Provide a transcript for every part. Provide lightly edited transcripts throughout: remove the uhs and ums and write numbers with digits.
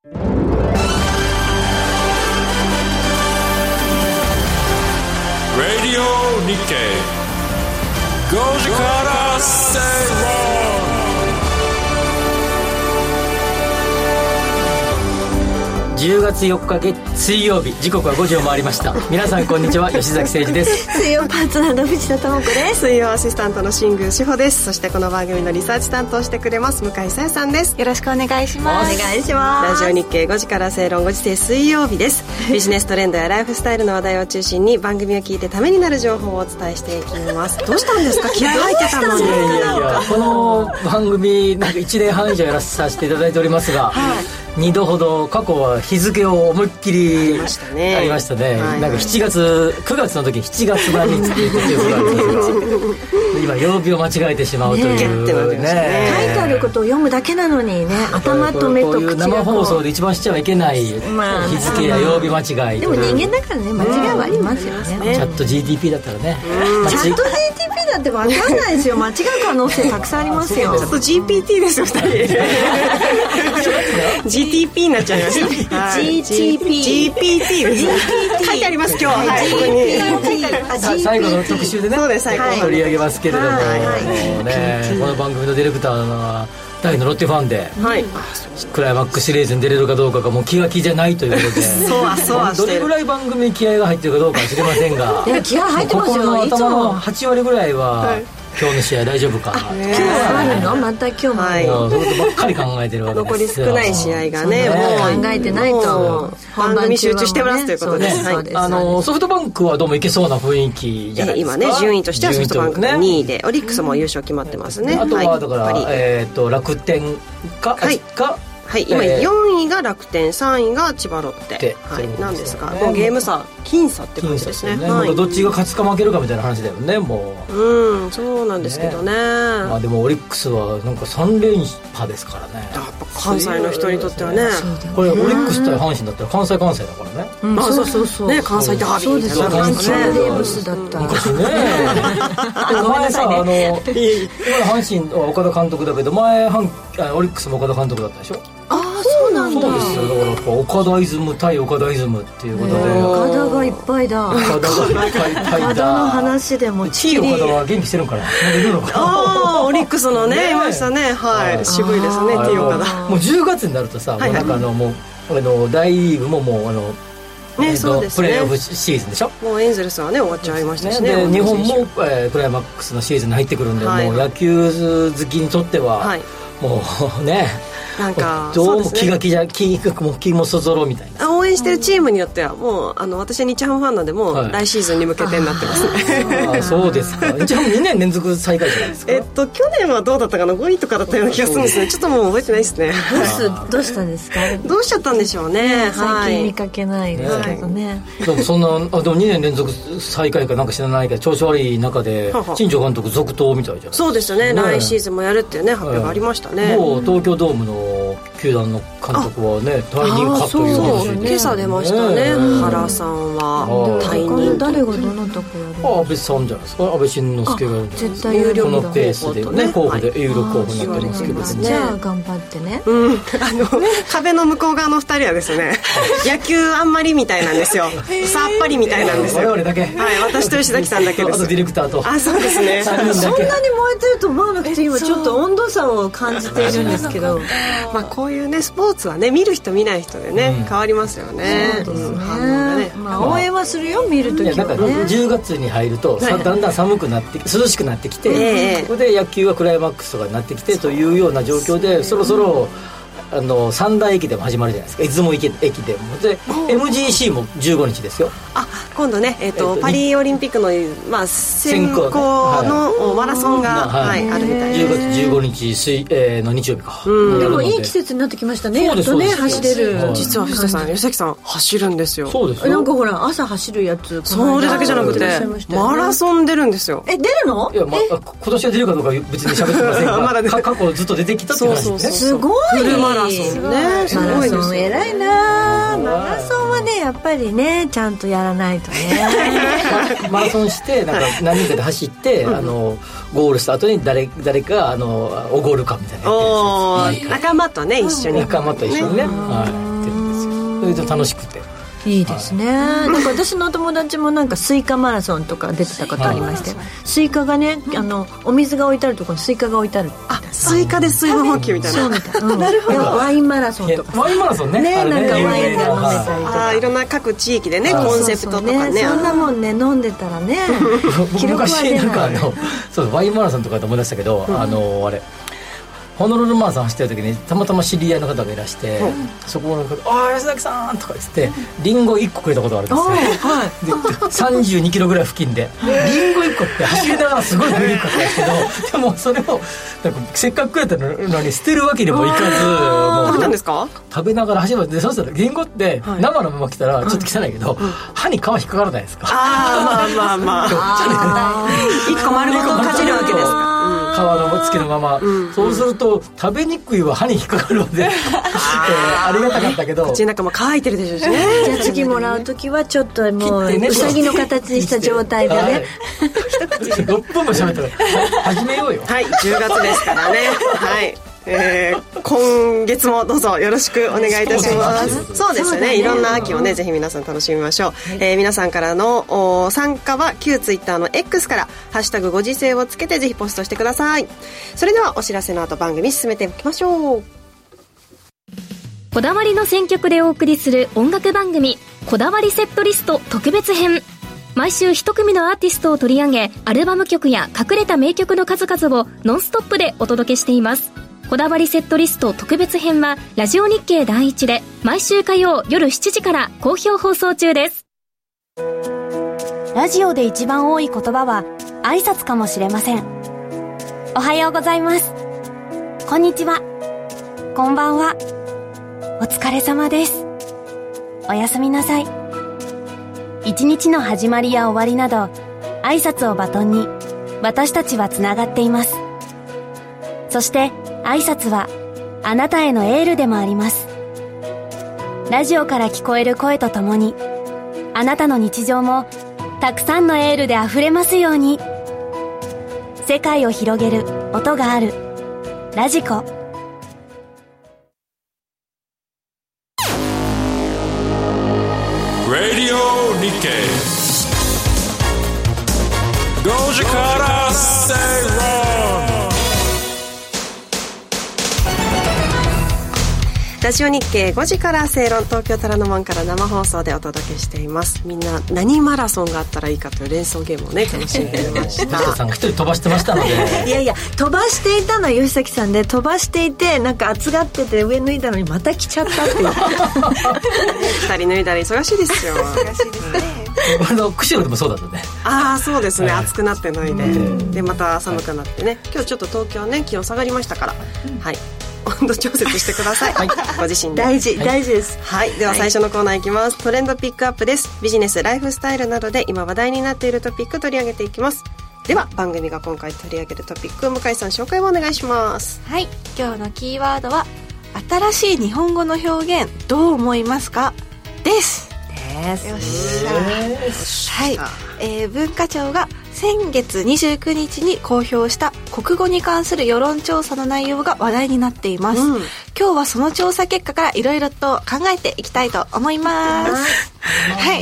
Radio Nikkei 5時から正論。 10月4日水曜日、時刻は5時を回りました。皆さんこんにちは、吉崎誠二です。 水曜パートナーの藤田智子です。 水曜アシスタントの新宮志保です。そしてこの番組のリサーチ担当してくれます向井沙耶さんです。 よろしくお願いします。 お願いします。ラジオ日経5時から正論5時制水曜日です。ビジネストレンドやライフスタイルの話題を中心に番組を聞いてためになる情報をお伝えしていきます。どうしたんですか、気合入ってたのに。 いやこの番組なんか1年半以上やらさせていただいておりますが、2度ほど過去は日付を思いっきりありましたね。なんか9月の時に7月何日っていう時があるんですけど今曜日を間違えてしまうという書いてあることを読むだけなのにね、頭と目と口がこう生放送で一番しちゃいけない日付や曜日間違い。 でも人間だからね、間違いはありますよね。 チャット GTP だったらね、 チャット GTP だって分かんないですよ。間違う可能性たくさんありますよ。 ちょっと GPT ですよ2人GTP になっちゃいました。GPT です書いてあります今日。 最後の特集でね取り上げますけれども、この番組のディレクターは大のロッテファンで、クライマックスシリーズに出れるかどうかがもう気が気じゃないということでどれぐらい番組に気合が入ってるかどうかは知りませんが気合入ってますよ。 心の頭の8割ぐらいは、今日の試合大丈夫か。 今日はあるの？また今日もあるの？ そういうことばっかり考えてるわけですよ。 残り少ない試合がね、もう考えてないと番組集中してますということです。 ソフトバンクはどうもいけそうな雰囲気じゃないですか。 今ね、順位としてはソフトバンクが2位で、オリックスも優勝決まってますね。 あとはだから楽天か今4位が楽天、3位が千葉ロッテなんですが、もうゲーム差僅差って感じですね。 どっちが勝つか負けるかみたいな話だよね。もうそうなんですけどね。 でもオリックスはなんか3連覇ですからね。 やっぱ関西の人にとってはね、 これオリックス対阪神だったら関西だからね。 そうね、関西ダービー。 そうですよ、関西レーブスだった昔ね。前さ今の阪神は岡田監督だけど、前オリックスも岡田監督だったでしょ。 そうなんだ。 そうですよ。だから岡田イズム対岡田イズムっていうことで、 岡田がいっぱいだ。岡田の話でもチー岡田は元気してるんかな。いるのかな。 オリックスのねいましたね。渋いですね T 岡田。 もう10月になるとさ、なんかもう大リーグももうプレーオフシーズンでしょ。 もうエンゼルスはね終わっちゃいましたしね。 で日本もクライマックスのシーズンに入ってくるんで、もう野球好きにとってはもうね、なんかどうも気が気じゃ気もそぞろみたいな。 応援してるチームによってはもう私は日ハムファンなんで、もう来シーズンに向けてになってますね。 そうですか。日ハム2年連続最下位じゃないですか。 去年はどうだったかな、5位とかだったような気がするんですね。ちょっともう覚えてないですね。 どうしたんですか。 どうしちゃったんでしょうね。 最近見かけないですけどね。 でもそんなでも2年連続最下位かなんか知らないけど調子悪い中で新庄監督続投みたいじゃないですか。 そうですよね。来シーズンもやるっていうね発表がありましたね。 もう東京ドームの球団の監督はね退任かという話で、 今朝出ましたね。原さんは退任。 誰がどなたかやる。 安倍さんじゃないですか。安倍晋之助が絶対有力このペースでね候補で有力候補になってますけどね。 じゃあ頑張ってね。 壁の向こう側の2人はですね野球あんまりみたいなんですよ。さっぱりみたいなんですよ。 我々だけ。 私と吉崎さんだけです。 あとディレクターと。 そうですね。 そんなに燃えてると思わなくて今ちょっと温度差を感じているんですけど。 こういうねスポーツはね見る人見ない人でね変わりますよね。 そうですね。応援はするよ見るときはね。 だから10月に入るとだんだん寒くなって涼しくなってきて、ここで野球はクライマックスとかになってきてというような状況で、そろそろ三大駅伝も始まるじゃないですか。出雲駅伝もで MGC も15日ですよ。 今度ね、パリオリンピックの、選考のマラソンが、あるみたいです。 10月15日の日曜日か。 でもいい季節になってきましたね。やっとね走れる。 実は藤田さん、吉崎さん走るんですよ。 そうですよ。 なんかほら朝走るやつ。 それだけじゃなくてマラソン出るんですよ。 出るの？ いや、今年は出るかどうか別に喋ってませんがまだ過去ずっと出てきたって話ですね。 すごい。 フルマラソンね。 マラソン偉いな。マラソンはねやっぱりねちゃんとやらないとね。 マラソンしてなんか何人かで走ってゴールした後に誰かおごるかみたいな。 仲間とね一緒に。 仲間と一緒にね。 それで楽しくていいですね、なんか私のお友達もなんかスイカマラソンとか出てたことありまして、スイカがねお水が置いてあるところにスイカが置いてある。 スイカで水分補給みたいな。 そうみたいな、なるほど。ワインマラソンとか、 ワインマラソン ねなんかワインが飲めたりとか、 いろんな各地域でねコンセプトとかね、 そんなもんね飲んでたらね記録は出ない。 昔なんかそうワインマラソンとかで思い出したけど、あれホノルルマラソン走ってる時にたまたま知り合いの方がいらして、そこの方が吉崎さんとか言ってリンゴ1個くれたことがあるんですよ、で32キロぐらい付近でリンゴ1個って走りながらすごい食いにくかったんですけど、でもそれをなんかせっかくくれたのに捨てるわけにもいかず、 食べたんですか？ 食べながら走るで、そうしたらリンゴって生のまま来たらちょっと汚いけど、歯に皮引っかからないですか。 まあ1個丸ごとかじるわけですか。 皮の付けのまま、そうすると食べにくいは歯に引っかかるのでありがたかったけど、 口の中も乾いてるでしょうしね。 じゃあ次もらうときはちょっともううさぎの形にした状態でね 6分も喋ったら始めようよ。 はい、10月ですからね。はい、今月もどうぞよろしくお願いいたします。そうですよね、いろんな秋をねぜひ皆さん楽しみましょう。皆さんからの参加は旧ツイッターの X からハッシュタグご時世をつけてぜひポストしてください。それではお知らせの後番組進めていきましょう。 こだわりの選曲でお送りする音楽番組、こだわりセットリスト特別編。毎週一組のアーティストを取り上げ、アルバム曲や隠れた名曲の数々をノンストップでお届けしています。こだわりセットリスト特別編はラジオ日経第一で毎週火曜夜7時から好評放送中です。 ラジオで一番多い言葉は挨拶かもしれません。おはようございます、こんにちは、こんばんは、お疲れ様です、おやすみなさい。一日の始まりや終わりなど挨拶をバトンに私たちはつながっています。そして挨拶はあなたへのエールでもあります。ラジオから聞こえる声とともにあなたの日常もたくさんのエールであふれますように。世界を広げる音があるラジコ。 Radio Nikkei 5時から正論。 ラジオ日経5時から正論、東京虎ノ門から生放送でお届けしています。みんな何マラソンがあったらいいかという連想ゲームをね楽しんでいました吉田さんが一人飛ばしてましたのでいや飛ばしていたのは吉崎さんで、飛ばしていてなんか暑がってて上脱いだのにまた来ちゃったっていう 2人脱いだり忙しいですよ。忙しいですね。 釧路でもそうだったね。 そうですね、暑くなって脱いで、でまた寒くなってね、今日ちょっと東京ね気温下がりましたから、はい、温度調節してください、はい、ご自身で大事です。 はい、では最初のコーナーいきます、トレンドピックアップです。ビジネスライフスタイルなどで今話題になっているトピック取り上げていきます。では番組が今回取り上げるトピック、向井さん紹介をお願いします。 はい、今日のキーワードは新しい日本語の表現どう思いますかですよっしゃ、はい、文化庁が先月29日に公表した国語に関する世論調査の内容が話題になっています、今日はその調査結果からいろいろと考えていきたいと思いますはい、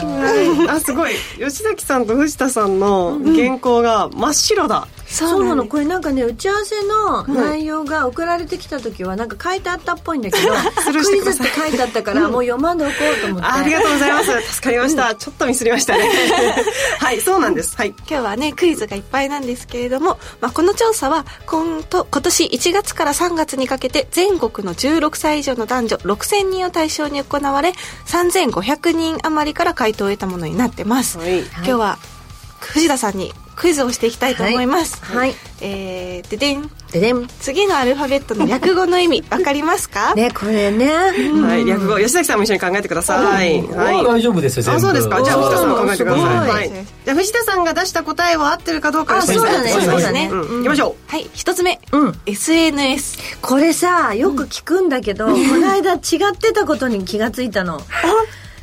すごい、吉崎さんと藤田さんの原稿が真っ白だ、 そうなの。これなんかね、打ち合わせの内容が送られてきた時はなんか書いてあったっぽいんだけどクイズって書いてあったからもう読まんでおこうと思って、 ありがとうございます、助かりました、ちょっとミスりましたねはい、そうなんです、はい、 今日はねクイズがいっぱいなんですけれども、この調査は今年1月から3月にかけて全国の16歳以上の男女6000人を対象に行われ、3500人余りから回答を得たものになってます、はい、今日は藤田さんにクイズをしていきたいと思います。 はい。 ででん。次のアルファベットの略語の意味わかりますか？ ね、これね。 はい、略語吉崎さんも一緒に考えてください。はい。 大丈夫ですよ。全部。 そうですか。じゃあ藤田さんも考えてください。はい。じゃあ藤田さんが出した答えは合ってるかどうか。 そうだね。そうだね。 行きましょう。はい。一つ目。SNS。 これさ、よく聞くんだけど、この間違ってたことに気がついたの。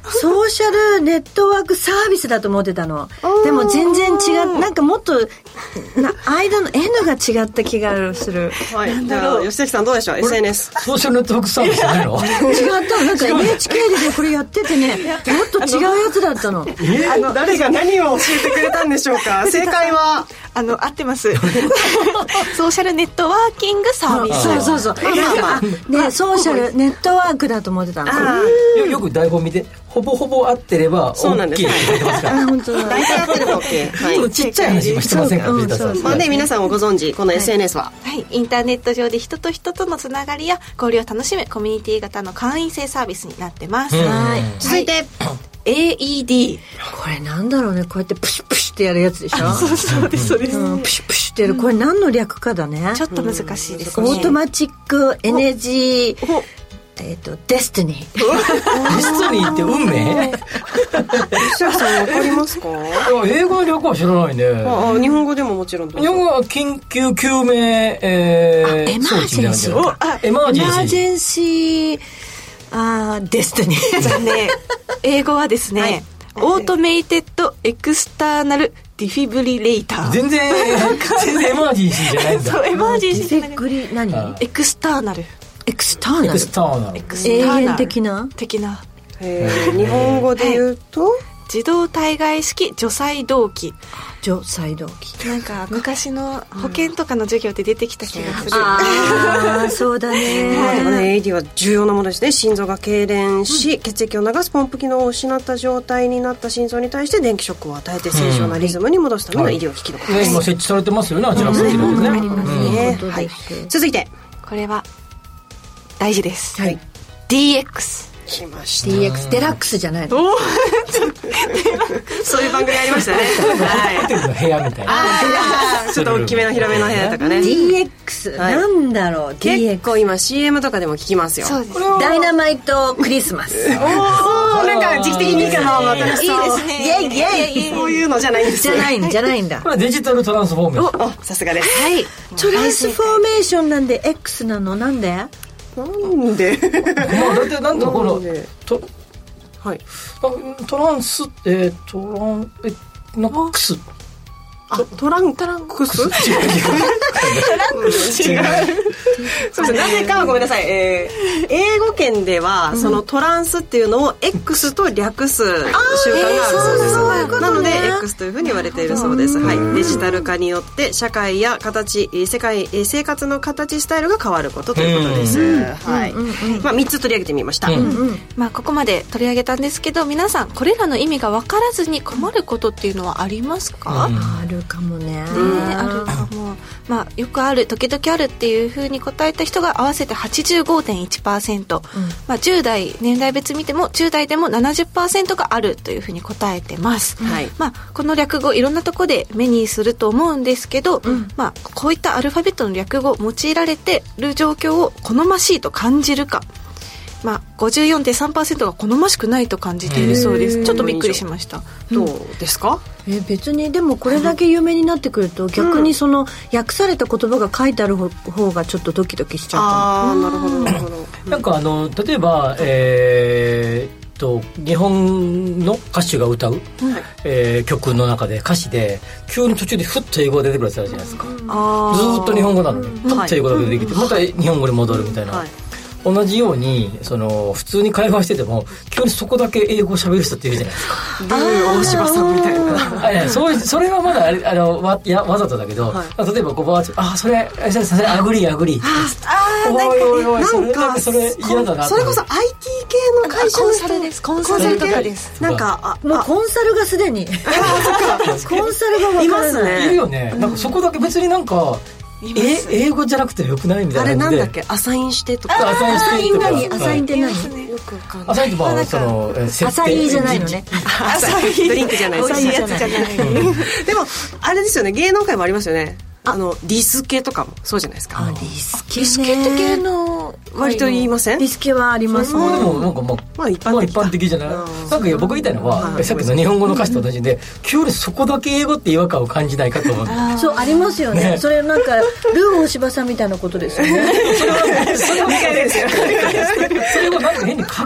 ソーシャルネットワークサービスだと思ってたの。でも全然違う、なんかもっと間の N が違った気がする。 はい、じゃあ吉崎さんどうでしょう。 SNS ソーシャルネットワークサービスじゃないの？ 違ったの。なんか NHK でこれやっててね、もっと違うやつだったの。 誰が何を教えてくれたんでしょうか。正解は合ってますソーシャルネットワーキングサービス。 そうそうね、ソーシャルネットワークだと思ってたの。 よく台本見てほぼほぼ合ってれば OK って書いてますから。 本当だ。 大体合ってれば OK、はい、 ちっちゃい話もしてませんから藤田さん。 まあね、皆さんもご存知この SNS は、 はい、インターネット上で人と人とのつながりや交流を楽しむコミュニティ型の会員制サービスになってます。 はい。 続いて、 AED。 これなんだろうね。こうやってプシュプシュってやるやつでしょ。 そうですそうです、 プシュプシュってやる。これ何の略かだね。 ちょっと難しいですね。 オートマチックエネジーデスティニー。 デスティニーって運命？ 吉崎さんわかりますか？ 英語の略は知らないね。 日本語でももちろん。 日本語は緊急救命エマージェンシー。 エマージェンシーデスティニー。 じゃあね、英語はですね、はい、オートメイテッドエクスターナルディフィブリレーター。 全然エマージェンシーじゃないんだ。 そう、エマージェンシーじゃない。 何？ エクスターナル。 エクスターナル。永遠的な日本語で言うと、 自動体外式除細動器。 なんか昔の保険とかの授業で出てきた気がする。 そうだね。 AED は重要なものですね。心臓が痙攣し、血液を流すポンプ機能を失った状態になった心臓に対して電気ショックを与えて正常なリズムに戻すための医療機器のことです。 今設置されてますよね、あちらこちらでね。 ありますね。 続いて、 これは大事です。 はい。 DX。 来ました。 DX デラックスじゃないの？ そういう番組ありましたね。 ホテルの部屋みたいな。 ちょっと大きめの広めの部屋とかね。 DX なんだろう。 結構今 CM とかでも聞きますよ。 ダイナマイトクリスマス。 なんか時期的にいいかな。 いいですね。 イエイ。 そういうのじゃないんです。 じゃないんだ。 これデジタルトランスフォーメーション。 さすがです。 はい。トランスフォーメーションなんで X なの？なんで？ なんでだってなんだこのトランスのクストランクス違う。そうですね。なぜかはごめんなさい。英語圏ではそのトランスっていうのを X と略す習慣があるそうです。なので X というふうに言われているそうです。はい。デジタル化によって社会や形、生活の形スタイルが変わることということです。はい。まあ3つ取り上げてみました。 まあここまで取り上げたんですけど、皆さんこれらの意味が分からずに困ることっていうのはありますか？ あるかもね。 あるかも。まあよくある、時々あるっていうふうに答えた人が合わせて 85.1%、まあ、10代年代別見ても10代でも 70% があるというふうに答えてます、まあ、この略語いろんなとこで目にすると思うんですけど、まあ、こういったアルファベットの略語を用いられている状況を好ましいと感じるか、まあ、54.3% が好ましくないと感じているそうです。ちょっとびっくりしました。 どうですか？ 別にでもこれだけ有名になってくると、逆にその訳された言葉が書いてある方がちょっとドキドキしちゃう。 なるほどなるほど。 なんか例えば日本の歌手が歌う、曲の中で歌詞で急に途中でふっと英語が出てくるやつあるじゃないですか。ずっと日本語なのにふっと英語だけ出てきて、また日本語に戻るみたいな、同じように普通に会話してても急にそこだけ英語を喋る人っているじゃないですか。 大柴さんみたいな。 それはまだわざとだけど、例えばそれアグリーなんかそれ嫌だな。 それこそ IT 系の会社の人コンサルとかです。 なんかもうコンサルがすでにコンサルが分からない。 いるよね。なんかそこだけ別になんか英語じゃなくてよくないみたいな。 あれなんだっけ、アサインしてとか。 アサインって何？ よくわかんない。 アサインってアサインじゃないのね。 アサインドリンクじゃない。 美味しいやつじゃない。 でもあれですよね、芸能界もありますよね。リスケとかもそうじゃないですか。 リスケって芸能割と言いません？ リスケはありますね。 でもなんかまあ一般的じゃない。なんか僕言いたいのは、さっきの日本語の歌詞と同じで、急にそこだけ英語って違和感を感じないかと思う。 そうありますよね。それなんかルー大柴さんみたいなことですよね。 それはなんか変にかっこいい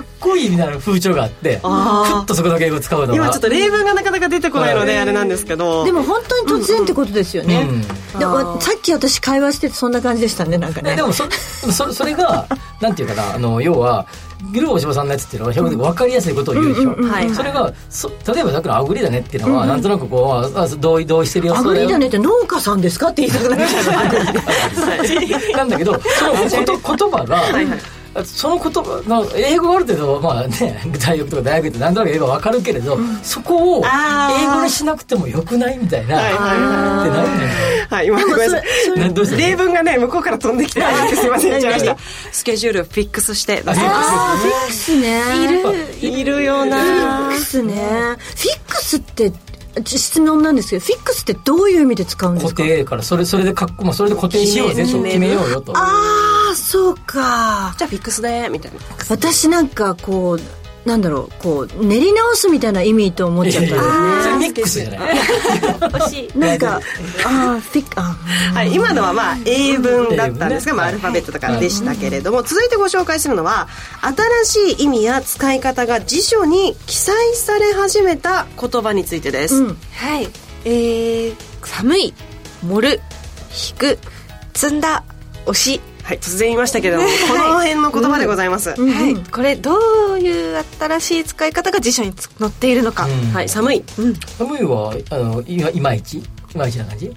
みたいな風潮があってふっとそこだけ英語使うのが今ちょっと例文がなかなか出てこないのであれなんですけど、 でも本当に突然ってことですよね、でもさっき私会話しててそんな感じでしたね、なんかね。 でもそれがなんていうかな、要はグルー大柴さんのやつっていうのは表現で分かりやすいことを言うでしょ、それが例えばさっきのアグリだねっていうのは、なんとなくこう同意してるよ、 アグリだねって農家さんですかって言いたくなっちゃうなんだけどその言葉がその言葉の英語がある程度、まあね、大学とか大学ってなんとなく英語は分かるけれど、そこを英語にしなくてもよくないみたいなってなるんだよね。 はい、今ごめんなさい、例文がね向こうから飛んできてすいません、言っちゃいました。スケジュールフィックスして出せます。 フィックスね、 いるよな。 フィックスね、フィックスって質問なんですけど、フィックスってどういう意味で使うんですか？ 固定からそれでそれで固定しようぜと決めようよと。 そうか。 じゃあフィックスでみたいな。 私なんかこうなんだろう、こう練り直すみたいな意味と思っちゃったんですね。 それミックスじゃない？ 惜しい。 なんかはい、今のはまあ英文だったんですが、まあ、アルファベットとかでしたけれども、続いてご紹介するのは新しい意味や使い方が辞書に記載され始めた言葉についてです。 はい、寒い、盛る、引く、積んだ、押し。 はい、突然言いましたけども、この辺の言葉でございます。 はい、これどういう新しい使い方が辞書に載っているのか。 はい、寒い。 寒いはいまいちな感じ。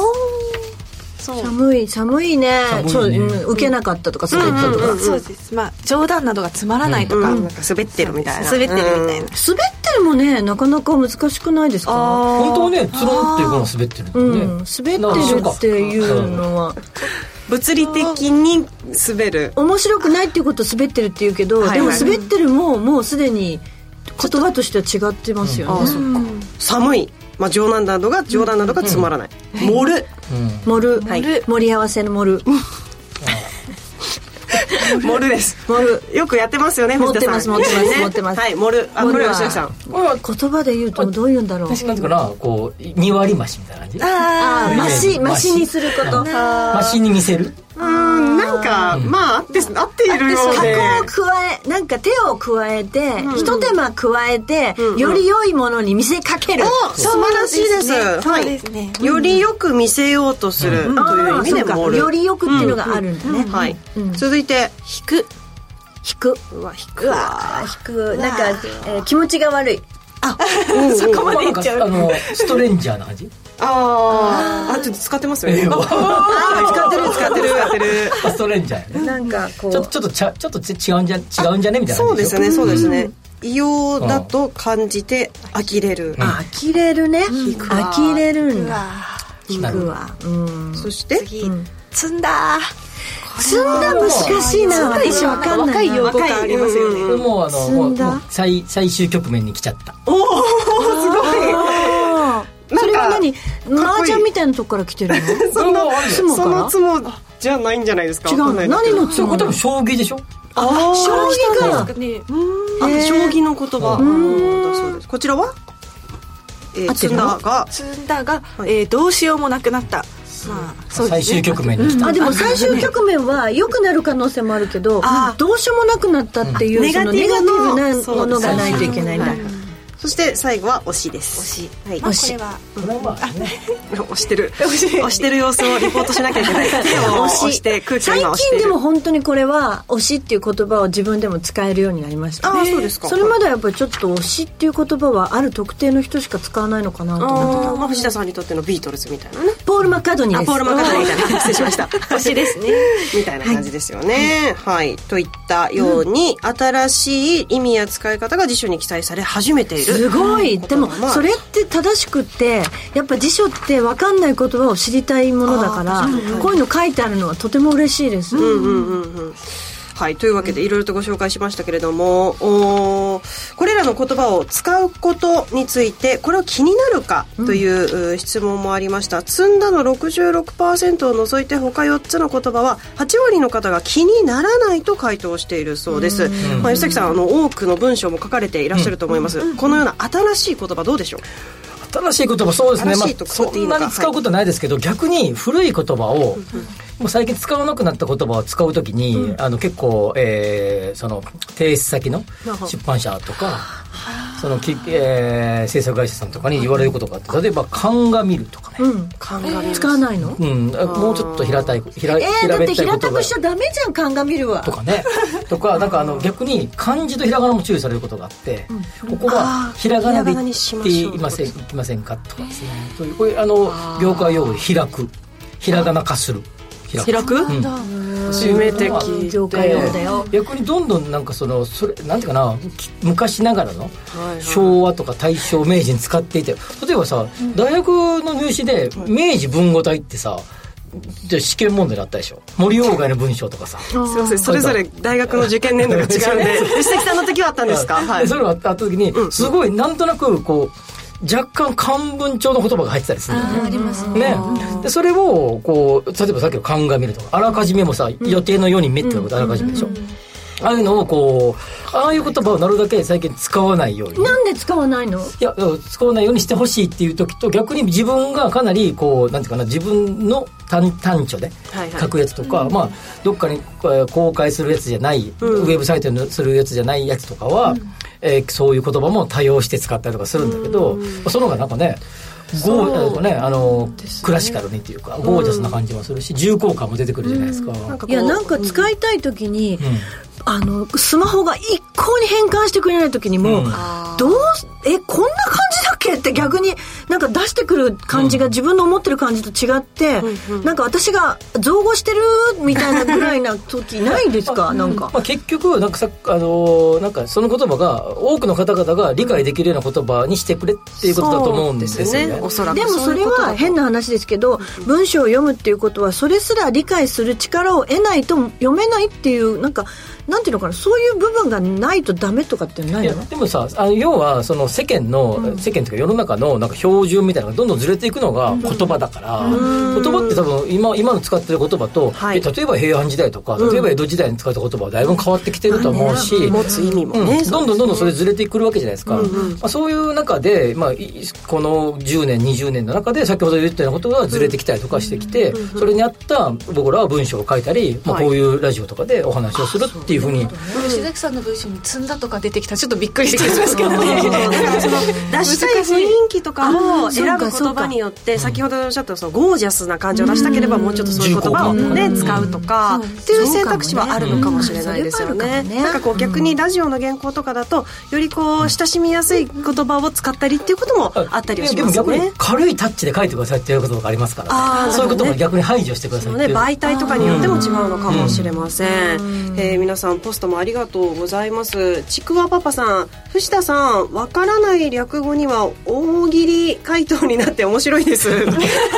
寒いね。受けなかったとか滑ったとか。 そうです。まあ冗談などがつまらないとか、 なんか滑ってるみたいな。 滑ってるみたいな。 滑ってるもね、なかなか難しくないですか？ 本当はね、つるんっていうから滑ってるんだよね。 滑ってるっていうのは。 物理的に滑る、 面白くないっていうことを滑ってるって言うけど、でも滑ってるもうすでに言葉としては違ってますよね。 寒い、まあ、冗談などがつまらない。盛る、盛り合わせの盛る盛るです。よくやってますよね、 持ってます。はい、 盛る。これは吉崎さん。 これは言葉で言うとどう言うんだろう。 なんていうかな、こう2割増しみたいな感じ。増しにすること。 増しに見せる。 なんかまあ合っているようで。 加工を加え、なんか手を加えて、一手間加えて、より良いものに見せかける。 素晴らしいです。 そうですね。 よりよく見せようとするという意味で盛る。 よりよくっていうのがあるんだね。 はい。続いて引く。なんか気持ちが悪い。 そこまでいっちゃう。 ストレンジャーな感じ。 ちょっと使ってますよね。使ってる。 ストレンジャーね。 なんかこうちょっと違うんじゃねみたいな。 そうですね。異様だと感じて呆れる。 呆れるね。呆れるんだ。引くわ。 そして次、積んだ。 難しいな。私わかんない。 若い用語がありますよね。 もう最終局面に来ちゃった。 すごい。 それは何？麻雀みたいなとこから来てるの？ そのつもじゃないんじゃないですか？ 違うの？何のつも？ これ多分将棋でしょ？ 将棋か。 将棋の言葉だそうです。こちらは？積んだがどうしようもなくなった。 最終局面に来た。 でも最終局面は良くなる可能性もあるけど、どうしようもなくなったっていうそのネガティブなものがないといけないんだ。 そして最後は推しです。 推し。これは推してる様子をリポートしなきゃいけない。推して空気を今推してる。 最近でも本当にこれは推しっていう言葉を自分でも使えるようになりました。 そうですか。 それまではやっぱりちょっと推しっていう言葉はある特定の人しか使わないのかなと思ってた。 藤田さんにとってのビートルズみたいなね。 ポール・マッカートニーです。 ポール・マッカートニーみたいな。失礼しました。 推しですね。 みたいな感じですよね。はい。といったように、新しい意味や使い方が辞書に記載され始めている。 すごい。でもそれって正しくってやっぱ辞書って分かんない言葉を知りたいものだからこういうの書いてあるのはとても嬉しいです。 はい、というわけでいろいろとご紹介しましたけれども、これらの言葉を使うことについてこれは気になるかという質問もありました。積んだの 66% を除いて他4つの言葉は8割の方が気にならないと回答しているそうです。吉崎さん多くの文章も書かれていらっしゃると思います。このような新しい言葉どうでしょう？ 新しい言葉そうですね、そんなに使うことはないですけど、逆に古い言葉をもう最近使わなくなった言葉を使うときに、結構、その提出先の出版社とかその制作会社さんとかに言われることがあって、例えば鑑みるとかね、 使わないの？ もうちょっと平べったいことがだって平たくしちゃダメじゃん、鑑みるわとかねとかなんか逆に漢字とひらがなも注意されることがあって、ここはひらがなで言っていませんかとかですね、そういうこういう業界用語で開く、ひらがな化する、 開く、初めて聞いて、 逆にどんどんなんかそれなんていうかな、昔ながらの昭和とか大正明治に使っていて、例えばさ、大学の入試で明治文語体ってさ、試験問題だったでしょ。森鴎外の文章とかさ。 すいません、それぞれ大学の受験年度が違うんで石崎さんの時はあったんですか？はい、 それがあった時にすごいなんとなくこう若干漢文調の言葉が入ってたりするんだよね。 ありますね。 でそれをこう例えばさっきの鑑みるとか、あらかじめもさ、予定のように目ってことあらかじめでしょ。ああいうのをこう、ああいう言葉をなるだけ最近使わないように。 なんで使わないの？ いや、使わないようにしてほしいっていう時と、逆に自分がかなりこうなんていうかな、自分の短所で書くやつとか、まあどっかに公開するやつじゃない、ウェブサイトにするやつじゃないやつとかは、そういう言葉も多用して使ったりとかするんだけど、その方がなんかね、クラシカルにっていうかゴージャスな感じもするし、重厚感も出てくるじゃないですか。 いや、なんか使いたい時に、スマホが一向に変換してくれない時にも、こんな感じだっけって逆になんか出してくる感じが自分の思ってる感じと違って、なんか私が造語してるみたいなぐらいな時ないですか？なんか、 結局なんかなんかその言葉が多くの方々が理解できるような言葉にしてくれっていうことだと思うんですよね。 おそらくでもそれは変な話ですけど、文章を読むっていうことはそれすら理解する力を得ないと読めないっていう、なんていうのかな、そういう部分がないとダメとかってないの？いやでもさ、要はその世間というか世の中のなんか標準みたいなのがどんどんずれていくのが言葉だから、言葉って多分今の使ってる言葉と、例えば平安時代とか例えば江戸時代に使った言葉はだいぶ変わってきてると思うし、 持つ意味もね、 どんどんそれずれてくるわけじゃないですか。そういう中で、この10年20年の中で先ほど言ったようなことがずれてきたりとかしてきて、それに合った僕らは文章を書いたり、こういうラジオとかでお話をするっていうふうに、 石崎さんの文章に積んだとか出てきたらちょっとびっくりしてきますけどね。 だからその出したい雰囲気とかを選ぶ言葉によって、先ほどおっしゃったそのゴージャスな感じを出したければもうちょっとそういう言葉をね使うとかっていう選択肢はあるのかもしれないですよね。なんかこう逆にラジオの原稿とかだとよりこう親しみやすい言葉を使ったりっていうこともあったりはしますよね。 でも逆に軽いタッチで書いてくださいっていうことがありますからね。そういうことも逆に排除してくださいっていう、 媒体とかによっても違うのかもしれません。皆さんポストもありがとうございます。ちくわパパさん、藤田さん、わからない略語には大喜利回答になって面白いですデ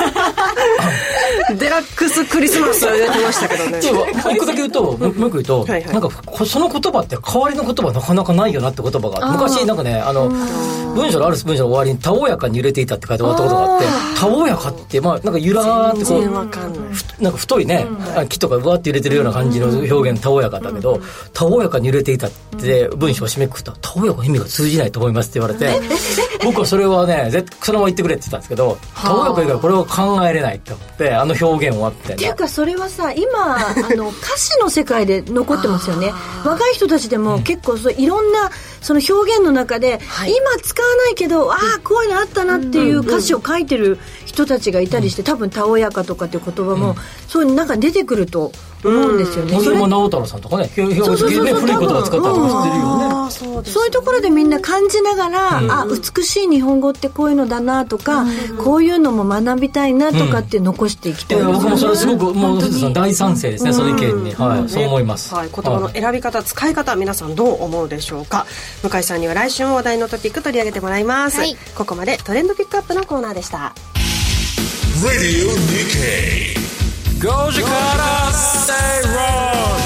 ラックスクリスマスをやってましたけどね。 一個だけ言うと、もう一個言うと、なんかその言葉って代わりの言葉なかなかないよなって言葉が昔なんかね、文章のある文章の終わりにたおやかに揺れていたって書いて終わったことがあって、たおやかってなんかゆらーってこうなんか太いね、木とかうわって揺れてるような感じの表現たおやかだけど、たおやかに揺れていたって文章を締めくくったら、たおやかの意味が通じないと思いますって言われて、僕はそれはねそのまま言ってくれって言ったんですけど、たおやか以外これは考えれないって思って、表現をあってっていうか、それはさ今歌詞の世界で残ってますよね。若い人たちでも結構いろんなその表現の中で、今使わないけどこういうのあったなっていう歌詞を書いてる人たちがいたりして、多分たおやかとかっていう言葉も、そういうなんか出てくると思うんですよね。 森山直太朗さんとかね、古い言葉使ったりとかしてるよね。 そういうところでみんな感じながら、美しい日本語ってこういうのだなとか、こういうのも学びたいなとかって残していきたいですね。 僕もそれすごくもう藤田さん大賛成ですね、その意見に、そう思います。 言葉の選び方、使い方、皆さんどう思うでしょうか。向井さんには来週も話題のトピック取り上げてもらいます。ここまでトレンドピックアップのコーナーでした。 Radio Nikkei Goji Kara Stay Wrong。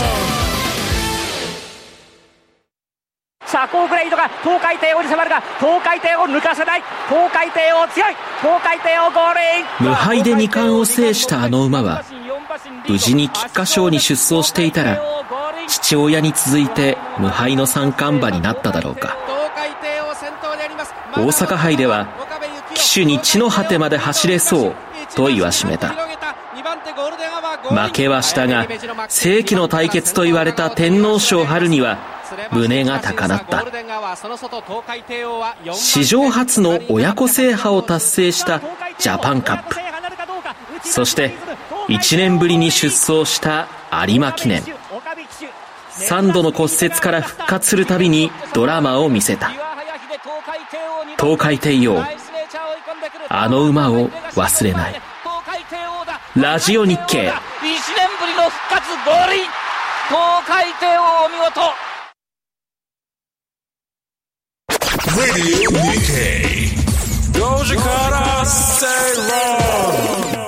さあコーグレイドが東海帝王に迫るが、東海帝王抜かせない。東海帝王強い。東海帝王ゴールイン。 無敗で2冠を制したあの馬は無事に菊花賞に出走していたら、父親に続いて無敗の三冠馬になっただろうか。大阪杯では騎手に地の果てまで走れそうと言わしめた。 負けはしたが世紀の対決と言われた天皇賞には胸が高鳴った。史上初の親子制覇を達成したジャパンカップ、そして1年ぶりに出走した有馬記念。3度の骨折から復活するたびにドラマを見せた。東海帝王、あの馬を忘れない。ラジオ日経。1年ぶりの復活ゴールイン、東海帝王お見事。 Radio Nikkei Goji Kara Say Wrong。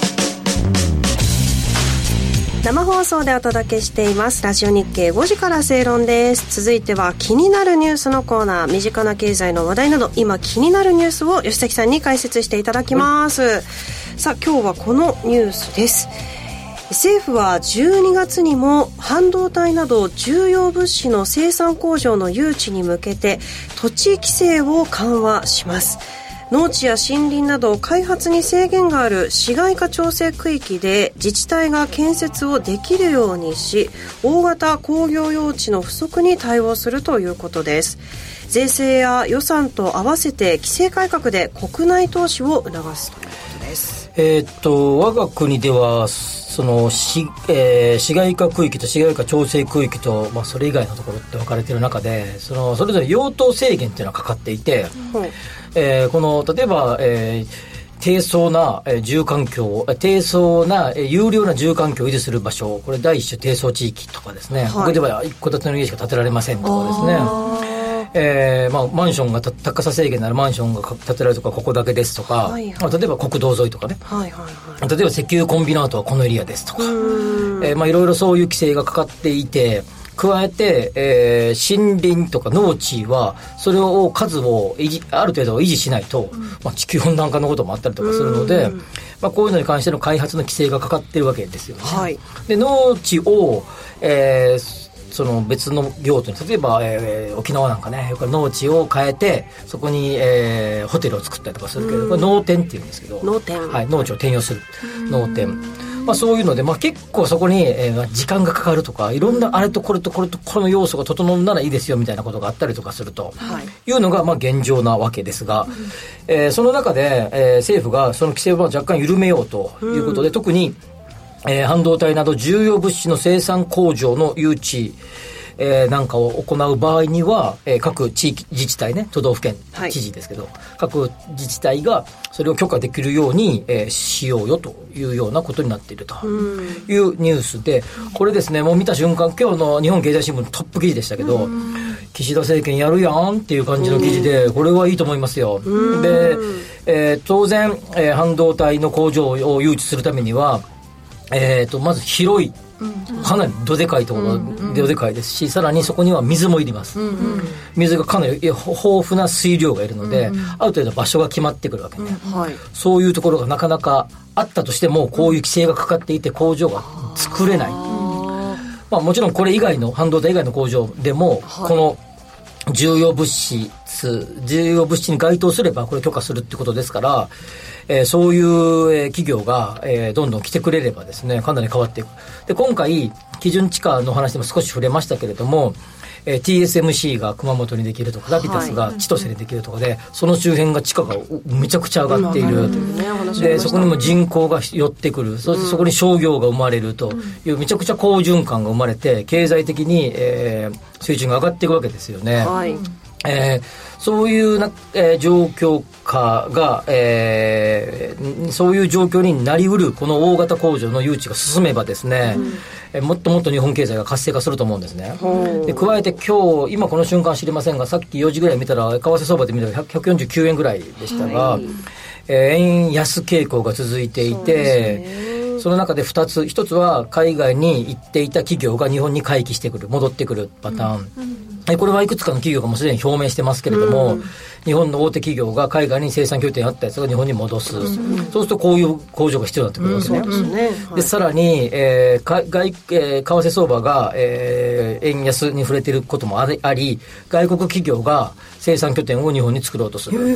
生放送でお届けしていますラジオ日経5時から正論です。続いては気になるニュースのコーナー。身近な経済の話題など今気になるニュースを吉崎さんに解説していただきます。さあ今日はこのニュースです。政府は12月にも半導体など重要物資の生産工場の誘致に向けて土地規制を緩和します。農地や森林など開発に制限がある市街化調整区域で自治体が建設をできるようにし、大型工業用地の不足に対応するということです。税制や予算と合わせて規制改革で国内投資を促すということです。 我が国ではその市街化区域と市街化調整区域と、それ以外のところって分かれている中で、それぞれ用途制限っていうのがかかっていて、この例えば、低層な住環境、低層な有料な住環境を維持する場所、これ第一種低層地域とかですね、ここでは一戸建ての家しか建てられませんとかですね、マンションが高さ制限ならマンションが建てられるとかここだけですとか、例えば国道沿いとかね、例えば石油コンビナートはこのエリアですとか、いろいろそういう規制がかかっていて、加えて、森林とか農地はそれを数をある程度維持しないと、地球温暖化のこともあったりとかするので、こういうのに関しての開発の規制がかかっているわけですよね。で農地を、その別の用途に、例えば、沖縄なんかね、よく農地を変えてそこに、ホテルを作ったりとかするけど、これ農転っていうんですけど、農地を転用する農転、そういうので、結構そこに、時間がかかるとか、いろんなあれとこれとこれとこの要素が整うならいいですよみたいなことがあったりとかすると、いうのが現状なわけですが、その中で、政府がその規制を若干緩めようということで、特に半導体など重要物資の生産工場の誘致、なんかを行う場合には、各地域自治体ね、都道府県知事ですけど、各自治体がそれを許可できるように、しようよというようなことになっているというニュースで、これですね、もう見た瞬間、今日の日本経済新聞のトップ記事でしたけど、岸田政権やるやんっていう感じの記事で、これはいいと思いますよ。で、当然、半導体の工場を誘致するためにはまず広い、かなりどでかいところ、どでかいですし、さらにそこには水もいります、水がかなり豊富な水量がいるので、ある程度場所が決まってくるわけね、そういうところがなかなかあったとしても、こういう規制がかかっていて工場が作れない、もちろんこれ以外の半導体以外の工場でも、この重要物資に該当すればこれ許可するってことですから、そういう企業がどんどん来てくれればですね、かなり変わっていく。で、今回基準地価の話でも少し触れましたけれども、TSMC が熊本にできるとか、ラピダスが千歳にできるとかで、その周辺が地価がめちゃくちゃ上がっている、でそこにも人口が寄ってくる、そしてそこに商業が生まれるというめちゃくちゃ好循環が生まれて、経済的に、水準が上がっていくわけですよね。そういう状況下が、そういう状況になりうるこの大型工場の誘致が進めばですね、もっともっと日本経済が活性化すると思うんですね。で、加えて今この瞬間知りませんが、さっき4時ぐらい見たら為替相場で見たら149円ぐらいでしたが、円安傾向が続いていて、その中で1つは海外に行っていた企業が日本に回帰してくる、戻ってくるパターン、これはいくつかの企業がもうすでに表明してますけれども、日本の大手企業が海外に生産拠点あったやつが日本に戻す、そうするとこういう工場が必要になってくるわけですね。で、さらに、為替相場が、円安に触れていることもあり、外国企業が生産拠点を日本に作ろうとする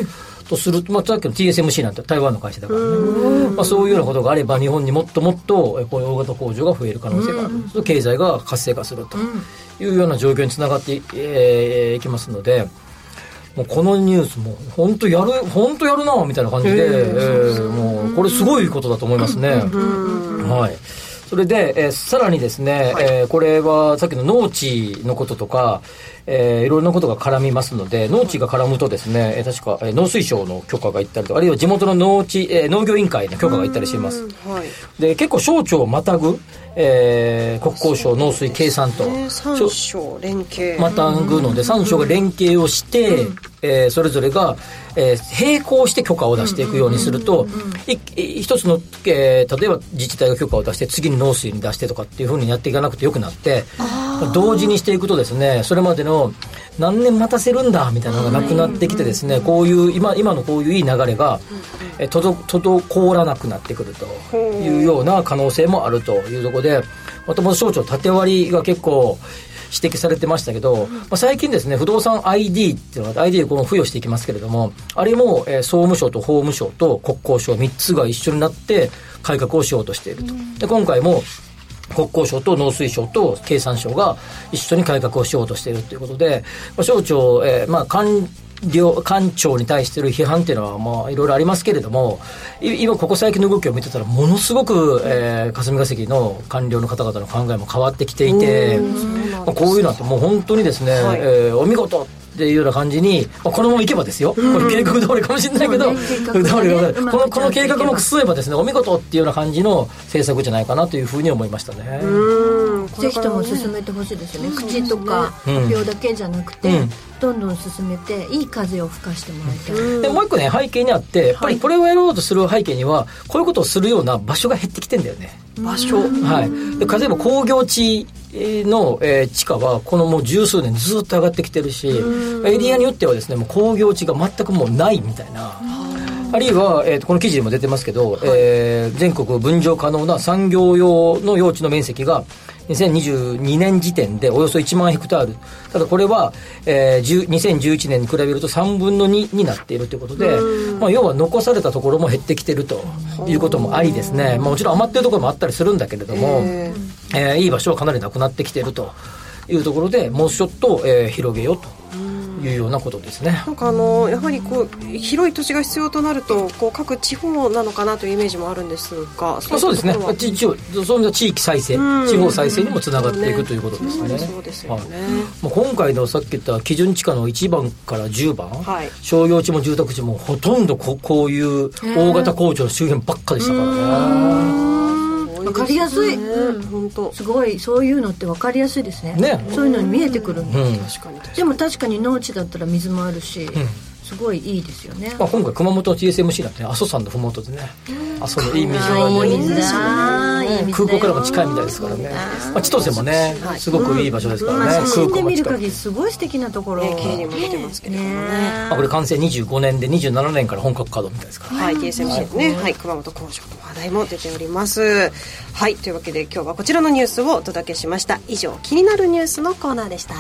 とすると、さっきの TSMC なんて台湾の会社だからね、そういうようなことがあれば日本にもっともっとこういう大型工場が増える可能性がある、経済が活性化するというような状況につながっていきますので、もうこのニュースも本当やるなみたいな感じで、もうこれすごいことだと思いますね。はい。それで、さらにですね、これはさっきの農地のこととか、いろんなことが絡みますので、農地が絡むとですね、確か、農水省の許可がいったりとか、あるいは地元の農業委員会の許可がいったりします。で、結構省庁をまたぐ、国交省、農水、経産と 3省連携またぐので、3省が連携をして、それぞれが、並行して許可を出していくようにすると、一つの、例えば自治体が許可を出して次に農水に出してとかっていうふうにやっていかなくてよくなって、同時にしていくとですね、それまでの何年待たせるんだみたいなのがなくなってきてですね、こういう今のこういういい流れが滞らなくなってくるというような可能性もあるというところで、もともと省庁縦割りが結構指摘されてましたけど、最近ですね、不動産 ID っていうのが ID をこの付与していきますけれども、あれも、総務省と法務省と国交省3つが一緒になって改革をしようとしていると。で、今回も国交省と農水省と経産省が一緒に改革をしようとしているということで、省庁、官庁に対している批判っていうのはいろいろありますけれども、今ここ最近の動きを見てたらものすごく、霞が関の官僚の方々の考えも変わってきていて、こういうのってもう本当にですね、お見事っていうような感じに、このままいけばですよ、これ計画通りかもしれないけど、この計画も進めばですね、お見事っていうような感じの政策じゃないかなというふうに思いましたね。 ぜひとも進めてほしいですよね。口とか発表だけじゃなくて、どんどん進めていい風を吹かしてもらいたい。 でもう一個ね、背景にあって、やっぱりこれをやろうとする背景には、こういうことをするような場所が減ってきてんだよね。 場所、 はい。で、例えば工業地の、地価はこのもう十数年ずっと上がってきてるし、エリアによってはですね、もう工業地が全くもうないみたいな。あるいは、この記事にも出てますけど、全国分譲可能な産業用の用地の面積が2022年時点でおよそ1万ヘクタール。ただこれは、2011年に比べると3分の2になっているということで、要は残されたところも減ってきているということもありですね、もちろん余っているところもあったりするんだけれども、いい場所はかなりなくなってきているというところで、もうちょっと、広げようというようなことですね。 なんかやはりこう広い土地が必要となると、こう各地方なのかなというイメージもあるんですが、 そうですね、そういう意味では地域再生、地方再生にもつながっていくということですね。 そうですよね。 今回のさっき言った基準地価の1番から10番、商業地も住宅地もほとんどこういう大型工場の周辺ばっかでしたからね。 分かりやすい、 本当すごい、そういうのって分かりやすいですね。そういうのに見えてくるんで、でも確かに農地だったら水もあるし、すごいいいですよね。 今回熊本の TSMC なんて阿蘇山のふもとでね、阿蘇のいい水がいい水だ、 空港からも近いみたいですからね。千歳もね、すごくいい場所ですからね。 写真で見る限りすごい素敵なところ、 経理も出てますけれどもね。 これ完成25年で27年から本格稼働みたいですから。 はい、TSMC ね、熊本工場の話題も出ております。はい、というわけで今日はこちらのニュースをお届けしました。以上、気になるニュースのコーナーでした。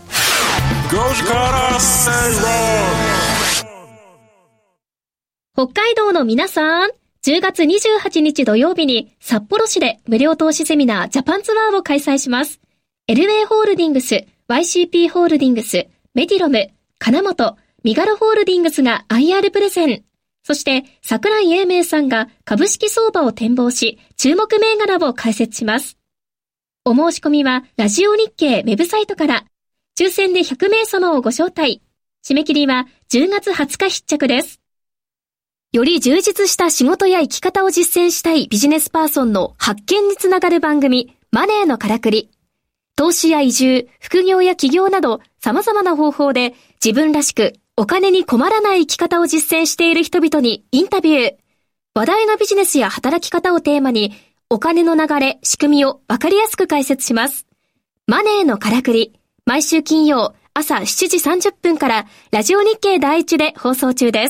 北海道の皆さん、10月28日土曜日に札幌市で無料投資セミナージャパンツアーを開催します。エルウェイホールディングス、YCP ホールディングス、メディロム、金本、ミガロホールディングスが IR プレゼン。そして桜井英明さんが株式相場を展望し、注目銘柄を解説します。お申し込みはラジオ日経ウェブサイトから。抽選で100名様をご招待。締め切りは10月20日必着です。より充実した仕事や生き方を実践したいビジネスパーソンの発見につながる番組、マネーのからくり。投資や移住、副業や起業など様々な方法で自分らしくお金に困らない生き方を実践している人々にインタビュー。話題のビジネスや働き方をテーマにお金の流れ、仕組みをわかりやすく解説します。マネーのからくり。毎週金曜朝7時30分からラジオ日経第一で放送中です。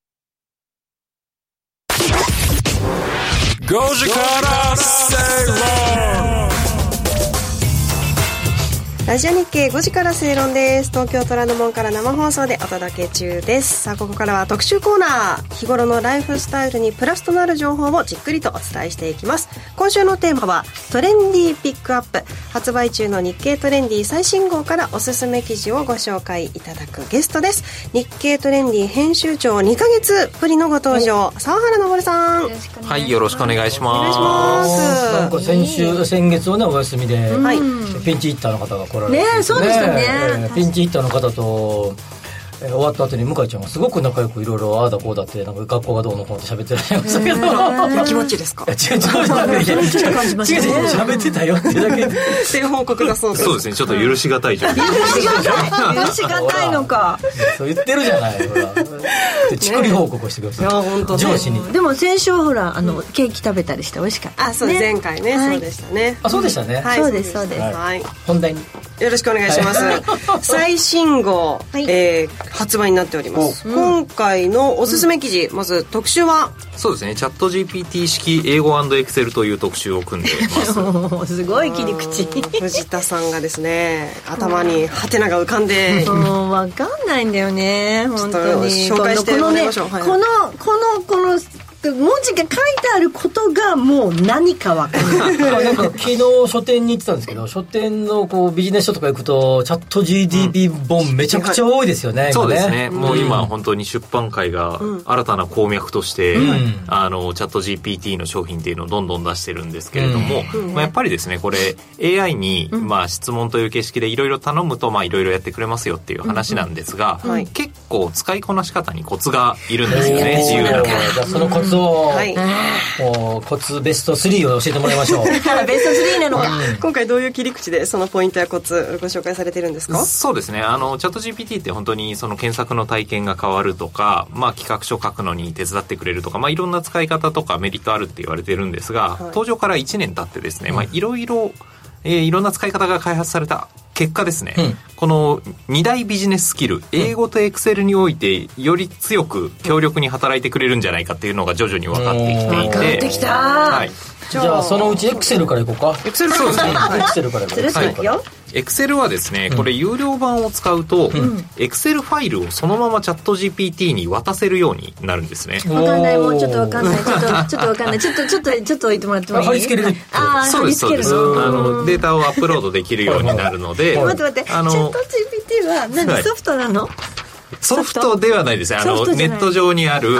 5時から正論。 ラジオ日経5時から正論です。東京虎ノ門から生放送でお届け中です。さあここからは特集コーナー、日頃のライフスタイルにプラスとなる情報をじっくりとお伝えしていきます。今週のテーマはトレンディーピックアップ。発売中の日経トレンディ最新号からおすすめ記事をご紹介いただくゲストです。日経トレンディ編集長2ヶ月ぶりのご登場、沢原昇さん。 はい、よろしくお願いします。 お願いします。 なんか先月はねお休みで、ピンチヒッターの方が来られてね、そうでしたね、 ピンチヒッターの方と終わった後に向井ちゃんがすごく仲良くいろいろああだこうだってなんか学校がどうのこうのって喋ってらっしゃいましたけど、 気持ちですか？ 違う喋ってたよってだけ性報告だそうです。 そうですね、ちょっと許しがたい状況。 許しがたいのか。 そう言ってるじゃない。ほらちくり報告をしてください。いや本当上司に。 でも先週ほらケーキ食べたりして美味しかった。 あ、そうです、前回ね、そうでしたね。 あ、そうでしたね。 そうですそうです。 はい。 本題によろしくお願いします。最新号発売になっております。今回のおすすめ記事、まず特集はそうですね、チャット GPT 式英語&エクセルという特集を組んでいます。すごい切り口。 藤田さんがですね、頭にハテナが浮かんで、 もう分かんないんだよね、本当に。 紹介してもらいましょう。 この文字が書いてあることがもう何か分かんない。 なんか昨日書店に行ってたんですけど、書店のこうビジネス書とか行くとチャット GDP 本めちゃくちゃ多いですよね。 そうですね、もう今本当に出版界が新たな鉱脈として、チャット GPT の商品っていうのをどんどん出してるんですけれども、やっぱりですね、これ AI に質問という形式でいろいろ頼むといろいろやってくれますよっていう話なんですが、結構使いこなし方にコツがいるんですよね。自由な。 そのコツをコツベスト3を教えてもらいましょう。 ベスト3なのか。 今回どういう切り口でそのポイントやコツご紹介されてるんですか？ そうですね、チャット GPT って本当にその検索の体験が変わるとか、企画書書くのに手伝ってくれるとか、いろんな使い方とかメリットあるって言われてるんですが、登場から1年経ってですね、いろいろいろんな使い方が開発された結果ですね、この2大ビジネススキル、英語とエクセルにおいてより強く強力に働いてくれるんじゃないかっていうのが徐々に分かってきていて、 分かってきた、 はい、 じゃあそのうちエクセルからいこうか。 エクセルからですね。 エクセルからいこう。 エクセルはですね、これ有料版を使うと、エクセルファイルをそのままチャット GPT に渡せるようになるんですね。 わかんない、もうちょっとわかんない、ちょっとわかんない、ちょっっと置いてもらってもいい？ 貼り付けれる。 そうですそうです。データをアップロードできるようになるので。 待って、チャット GPT は何、ソフトなの？ ソフトではないですね。ネット上にある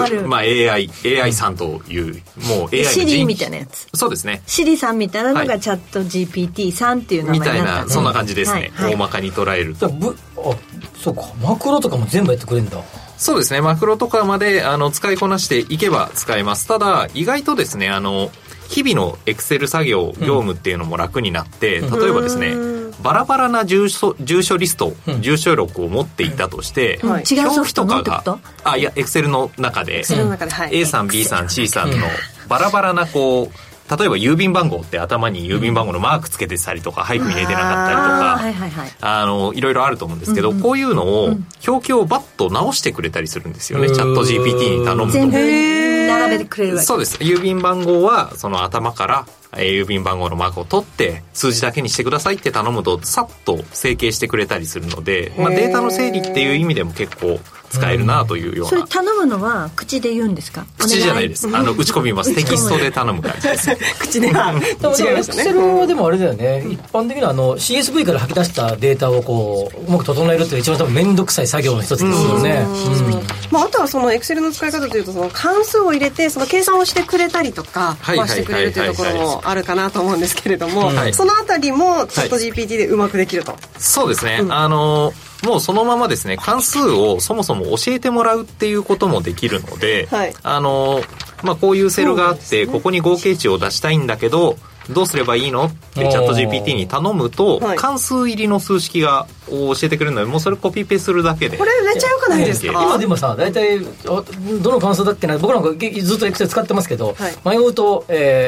AI さんというもう AI のシリみたいなやつ。 そうですね。 シリさんみたいなのがチャット GPT さんっていう名前になった、 みたいな、そんな感じですね。大まかに捉えると。 そうか、マクロとかも全部やってくれるんだ。 そうですね。マクロとかまで使いこなしていけば使えます。ただ意外とですね、日々のエクセル作業業務っていうのも楽になって、例えばですね、バラバラな住所リスト、住所録を持っていたとして、 違うソフトのってこと？ いや、エクセルの中で、A さん B さん C さんのバラバラなこう、例えば郵便番号って頭に郵便番号のマークつけてたりとか、ハイフン入れてなかったりとか、いろいろあると思うんですけど、こういうのを表記をバッと直してくれたりするんですよね、チャット GPT に頼むと。 全部並べてくれるわけ。 そうです。郵便番号はその頭から郵便番号のマークを取って数字だけにしてくださいって頼むとさっと整形してくれたりするので、データの整理っていう意味でも結構使えるなというような。 それ頼むのは口で言うんですか？ 口じゃないです。打ち込みます。テキストで頼む感じです。 口では違いましたね。 エクセルはでもあれだよね、一般的にはCSV から吐き出したデータをこううまく整えるっていうのが一番多分面倒くさい作業の一つですよね。 あとはそのエクセルの使い方というと、その関数を入れてその計算をしてくれたりとかしてくれるというところもあるかなと思うんですけれども、そのあたりもチャット GPT でうまくできると。 そうですね。もうそのままですね、関数をそもそも教えてもらうっていうこともできるので、こういうセルがあって、ここに合計値を出したいんだけどどうすればいいのってチャット GPT に頼むと、関数入りの数式を教えてくれるので、もうそれコピペするだけで。 これめっちゃ良くないですか？ 今でもさ、大体どの関数だっけな、僕なんかずっとエクセル使ってますけど、迷うと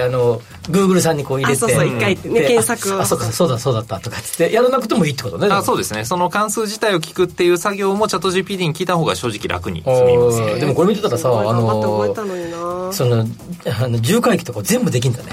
Google さんにこう入れて、 一回検索を、 そうだったとかってやらなくてもいいってことね。 そうですね。その関数自体を聞くっていう作業もチャット GPT に聞いた方が正直楽に済みます。 でもこれ見てたらさ、 頑張って覚えたのにな。 その重回帰とか全部できんだね。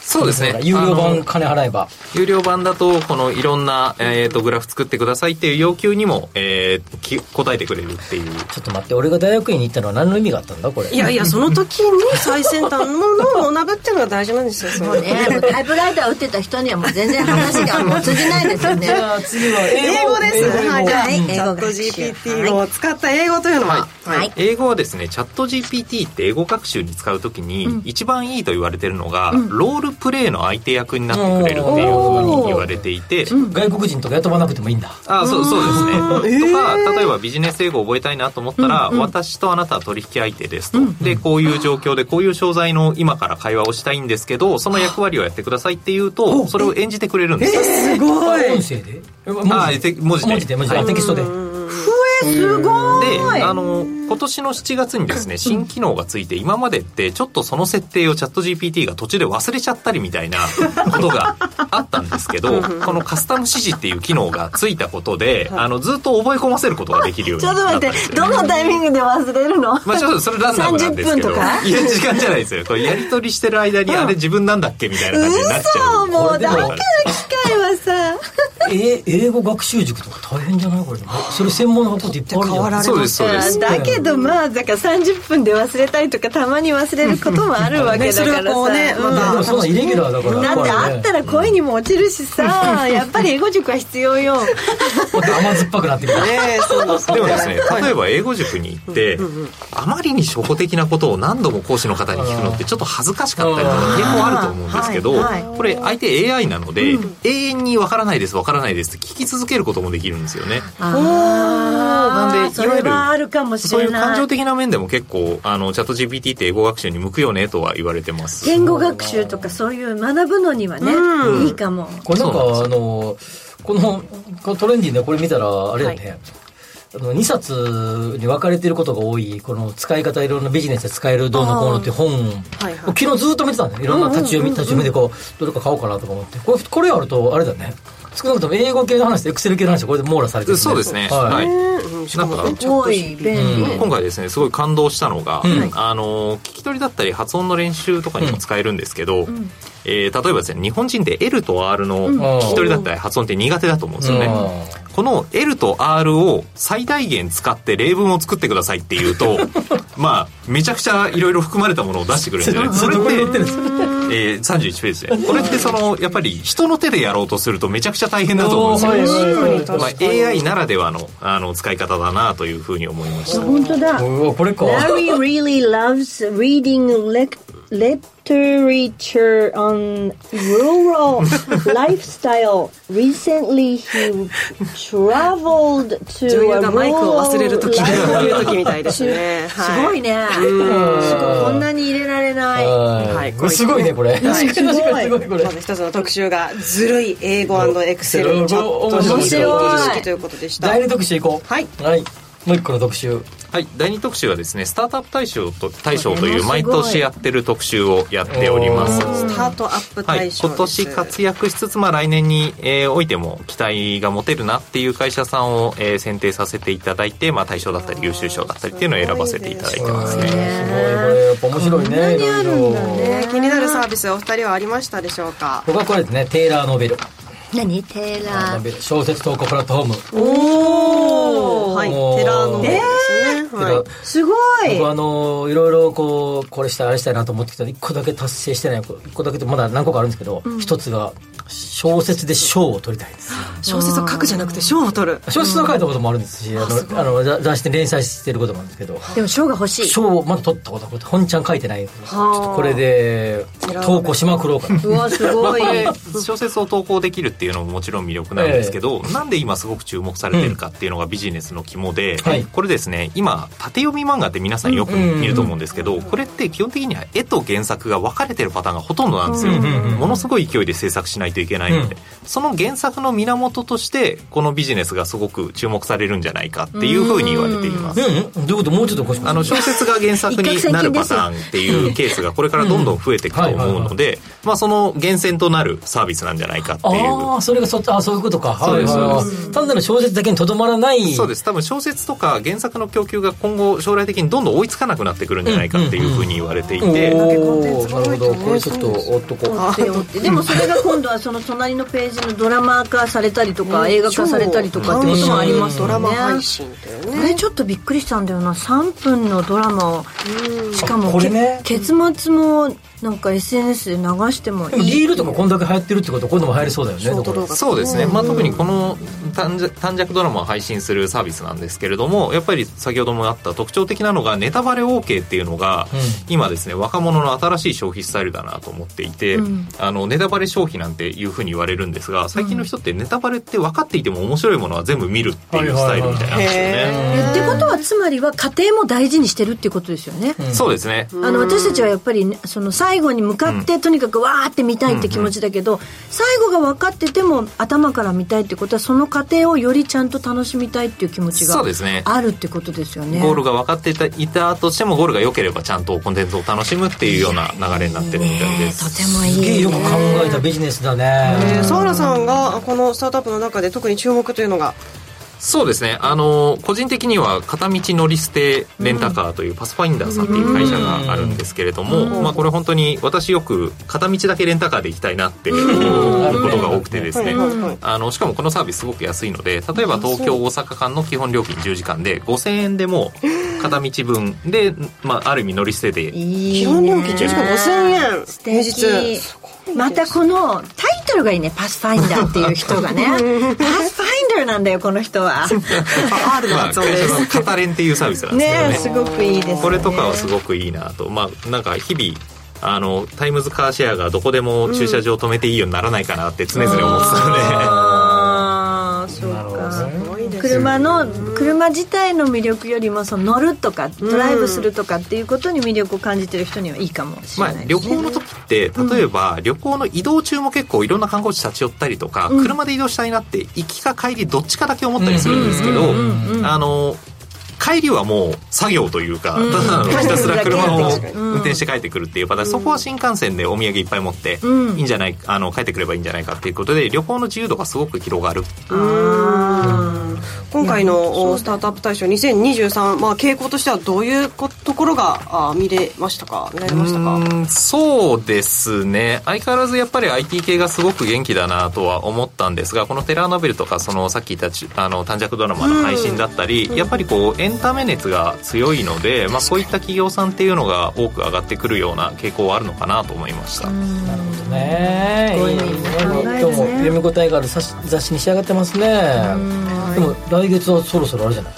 そうですね。 有料版金払えば。 有料版だと、このいろんな、グラフ作ってくださいっていう要求にも、答えてくれるっていう。 ちょっと待って、俺が大学院に行ったのは何の意味があったんだこれ。 いやいや、その時に最先端のものを学ぶっていうのが大事なんですよ。 もうね、もうタイプライター打ってた人にはもう全然話がもう通じないですよね。 じゃあ次は英語です。はい、じゃあ、 はい、 チャット GPT を使った英語というのは、 はい、 英語はですね、チャット GPT って英語学習に使うときに、一番いいと言われてるのが、ロールプレイの相手役になってくれるっていうふうに言われていて、 外国人とか雇わなくてもいいんだ。 そうですね。とか、例えばビジネス英語を覚えたいなと思ったら、私とあなたは取引相手ですと。で、こういう状況でこういう商材の今から会話をしたいんですけど、その役割をやってくださいっていうと、それを演じてくれるんですよ。 すごい。 音声で？ 文字で。 テキストで。 すごい。 で、今年の7月にですね、新機能がついて、今までってちょっとその設定をチャット GPT が途中で忘れちゃったりみたいなことがあったんですけど、このカスタム指示っていう機能がついたことで、ずっと覚え込ませることができるようになったんですよね。 ちょっと待って、どのタイミングで忘れるの？ まあちょっとそれランダムなんですけど。 30分とか？ いや、時間じゃないですよ。これやり取りしてる間に、あれ自分なんだっけみたいな感じになっちゃう。 もうだから機械はさ。 英語学習塾とか大変じゃないこれ。それ専門のこといっぱいあるじゃん。 そうですそうです。 だけどまあだから30分で忘れたりとかたまに忘れることもあるわけだからさ。 それはこうね、 でもそんなイレギュラーだから。 だってあったら恋にも落ちるしさ、やっぱり英語塾は必要よ。 甘酸っぱくなってくる。 でもですね、例えば英語塾に行って、あまりに初歩的なことを何度も講師の方に聞くのってちょっと恥ずかしかったりとか結構あると思うんですけど、これ相手 AI なので、永遠にわからないですって聞き続けることもできるんですよね。なんでいわゆるあるかもしれない。 そういう感情的な面でも結構チャット GPT って英語学習に向くよねとは言われてます。 言語学習とかそういう学ぶのにはね、いいかも。 これなんかこのトレンディでこれ見たらあれだね、2冊に分かれていることが多いこの使い方いろんなビジネスで使えるどうのこうのっていう本、昨日ずっと見てたんだよ。いろんな立ち読みでこうどれか買おうかなとか思って、これあるとあれだね、少なくとも英語系の話とエクセル系の話はこれで網羅されてる、ね、 そうですね。はい。なんかすごい便利。 今回ですね、すごい感動したのが、聞き取りだったり発音の練習とかにも使えるんですけど、例えばですね、日本人って L と R の聞き取りだったり発音って苦手だと思うんですよね。この L と R を最大限使って例文を作ってくださいっていうとまあめちゃくちゃいろいろ含まれたものを出してくれるんじゃないですか。それって31ページで、これってやっぱり人の手でやろうとするとめちゃくちゃ大変だと思うんですよ。AI ならではの使い方だなというふうに思いました。 本当だ。 これか。 Larry really loves reading literature on rural lifestyle. Recently, he traveled to 女優がマイクを忘れる時いう時みたいですね。 すごいね。すごい、こんなに入れられない。 はい、これすごいねこれ。 すごい。 まず一つの特集がずるい英語&エクセルチャット GPT ということでした。 第2特集いこう。 はい。 もう一個の特集。 はい、第2特集はですね、スタートアップ大賞という毎年やってる特集をやっております。 スタートアップ大賞、 今年活躍しつつ、来年に、おいても期待が持てるなっていう会社さんを、選定させていただいて、大賞だったり優秀賞だったりっていうのを選ばせていただいてますね。 すごい、これやっぱ面白いね。 いろいろ気になるサービスお二人はありましたでしょうか。 僕はこれですね、テーラーノベル。 何？テーラー小説投稿プラットフォーム。 おー、はい、テラーノベルですね。はい、 すごい。 僕いろいろこれしたいあれしたいなと思ってきたら1個だけ達成してない、1個だけってまだ何個かあるんですけど、1つが小説で賞を取りたいです。 小説を書くじゃなくて賞を取る。 小説を書いたこともあるんですし、雑誌で連載してることもあるんですけど、 でも賞が欲しい。 賞をまだ取ったことは本ちゃん書いてない。ちょっとこれで投稿しまくろうかな。 うわ、すごい。 小説を投稿できるっていうのももちろん魅力なんですけど、なんで今すごく注目されてるかっていうのがビジネスの肝で、これですね、今縦読み漫画って皆さんよく見ると思うんですけど、これって基本的には絵と原作が分かれてるパターンがほとんどなんですよ。ものすごい勢いで制作しないといけなないので、その原作の源としてこのビジネスがすごく注目されるんじゃないかっていうふうに言われています。 どういうこともうちょっとご紹介小説が原作になるパターンっていうケースがこれからどんどん増えていくと思うので、その源泉となるサービスなんじゃないかっていう。 それがそういうことか。 そうです。 単なる小説だけにとどまらない。 そうです。多分小説とか原作の供給が今後将来的にどんどん追いつかなくなってくるんじゃないかっていうふうに言われていて、 なるほど。これちょっと追っとこう。でもそれが今度はその隣のページのドラマ化されたりとか、映画化されたりとかってこともありますよね。 ドラマ配信っていうね。 これちょっとびっくりしたんだよな。3分のドラマを、しかも結末もなんか SNS で流してもいい。 リールとかこんだけ流行ってるってことはこういうのも流行りそうだよね。 そうですね、特にこの短尺ドラマを配信するサービスなんですけれども、やっぱり先ほどもあった特徴的なのがネタバレ OK っていうのが、今ですね若者の新しい消費スタイルだなと思っていて、ネタバレ消費なんていうふうに言われるんですが、最近の人ってネタバレって分かっていても面白いものは全部見るっていうスタイルみたいなんですよね。 ってことはつまりは家庭も大事にしてるっていうことですよね。 そうですね。 私たちはやっぱりその最後に向かってとにかくわーって見たいって気持ちだけど、最後が分かってても頭から見たいってことはその過程をよりちゃんと楽しみたいっていう気持ちがあるってことですよね。 ゴールが分かっていたとしてもゴールが良ければちゃんとコンテンツを楽しむっていうような流れになってるみたいです。 とてもいい。 すげえよく考えたビジネスだね。 澤原さんがこのスタートアップの中で特に注目というのが。 そうですね、個人的には片道乗り捨てレンタカーというパスファインダーさんっていう会社があるんですけれども、これ本当に私よく片道だけレンタカーで行きたいなって思うことが多くてですね、しかもこのサービスすごく安いので、例えば東京大阪間の基本料金10時間で5000円でも片道分で、ある意味乗り捨てで基本料金10時間5000円平日。 またこのタイトルがいいね。パスファインダーっていう人がねパスファインダーなんだよこの人は。 R の発音です。 会社のカタレンっていうサービスなんですけどね。 すごくいいですね。 これとかはすごくいいなと。なんか日々タイムズカーシェアがどこでも駐車場止めていいようにならないかなって常々思ってたので。 そうか。車自体の魅力よりもその乗るとかドライブするとかっていうことに魅力を感じてる人にはいいかもしれないですね。 旅行の時って例えば、旅行の移動中も結構いろんな観光地立ち寄ったりとか、車で移動したいなって行きか帰りどっちかだけ思ったりするんですけど、帰りはもう作業というか、ただひたすら車を運転して帰ってくるっていうパターン、そこは新幹線でお土産いっぱい持っていいんじゃない、帰ってくればいいんじゃないかっていうことで、旅行の自由度がすごく広がる。 今回のスタートアップ大賞2023、傾向としてはどういうところが見られましたか？ そうですね、相変わらずやっぱり IT 系がすごく元気だなとは思ったんですが、このテラーノベルとかさっき言った短尺ドラマの配信だったり、やっぱりエンタメ熱が強いので、こういった企業さんっていうのが多く上がってくるような傾向はあるのかなと思いました。 なるほどね。今日も読み応えがある雑誌に仕上がってますね。でも来月はそろそろあるじゃない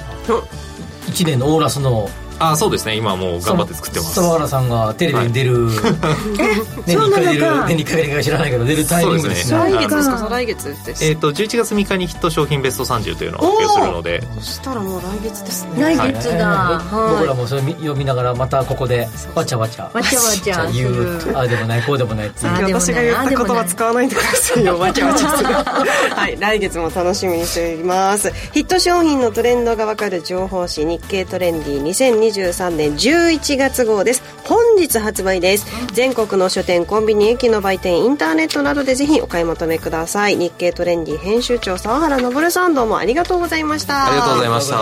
1年のオーラスの。 そうですね、今もう頑張って作ってます。 澤原さんがテレビに出る、年に1回出る、年に1回出るか知らないけど出るタイミングですね。 来月ですか？来月です。 11月3日にヒット商品ベスト30というのを発表するので、 そしたらもう来月ですね。 来月だ。 僕らもそれ読みながらまたここでわちゃわちゃ言う、ああでもないこうでもないっていう。 私が言った言葉使わないでくださいよ。わちゃわちゃする。はい、来月も楽しみにしております。ヒット商品のトレンドがわかる情報誌日経トレンディ2023年11月号です。本日発売です。全国の書店、コンビニ、駅の売店、インターネットなどでぜひお買い求めください。日経トレンディ編集長澤原昇さん、どうもありがとうございました。 ありがとうございました。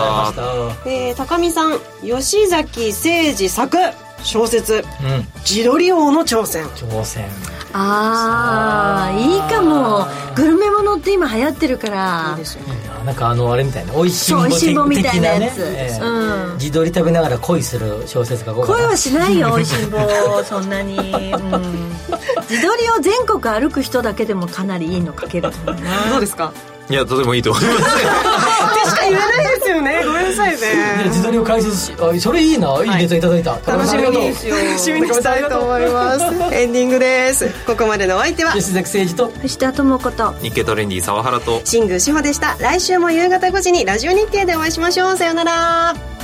高見さん、吉崎誠二作小説、自撮り王の挑戦。 いいかも。グルメものって今流行ってるからいいですよね。 なんかあれみたいなおいしんぼ的なやつ、自撮り食べながら恋する小説が恋はしないよおいしんぼそんなに、自撮りを全国歩く人だけでもかなりいいの書けると思うな。 どうですか？ いや、とてもいいと思います確かに言えないですよね。ごめんなさいね。 自撮りを解説し、それいいな、いいネタいただいた。 楽しみにしたいと思います。エンディングです。ここまでのお相手は吉崎誠二と藤田智子と日経トレンディ澤原と新宮志保でした。来週も夕方5時にラジオ日経でお会いしましょう。さようなら。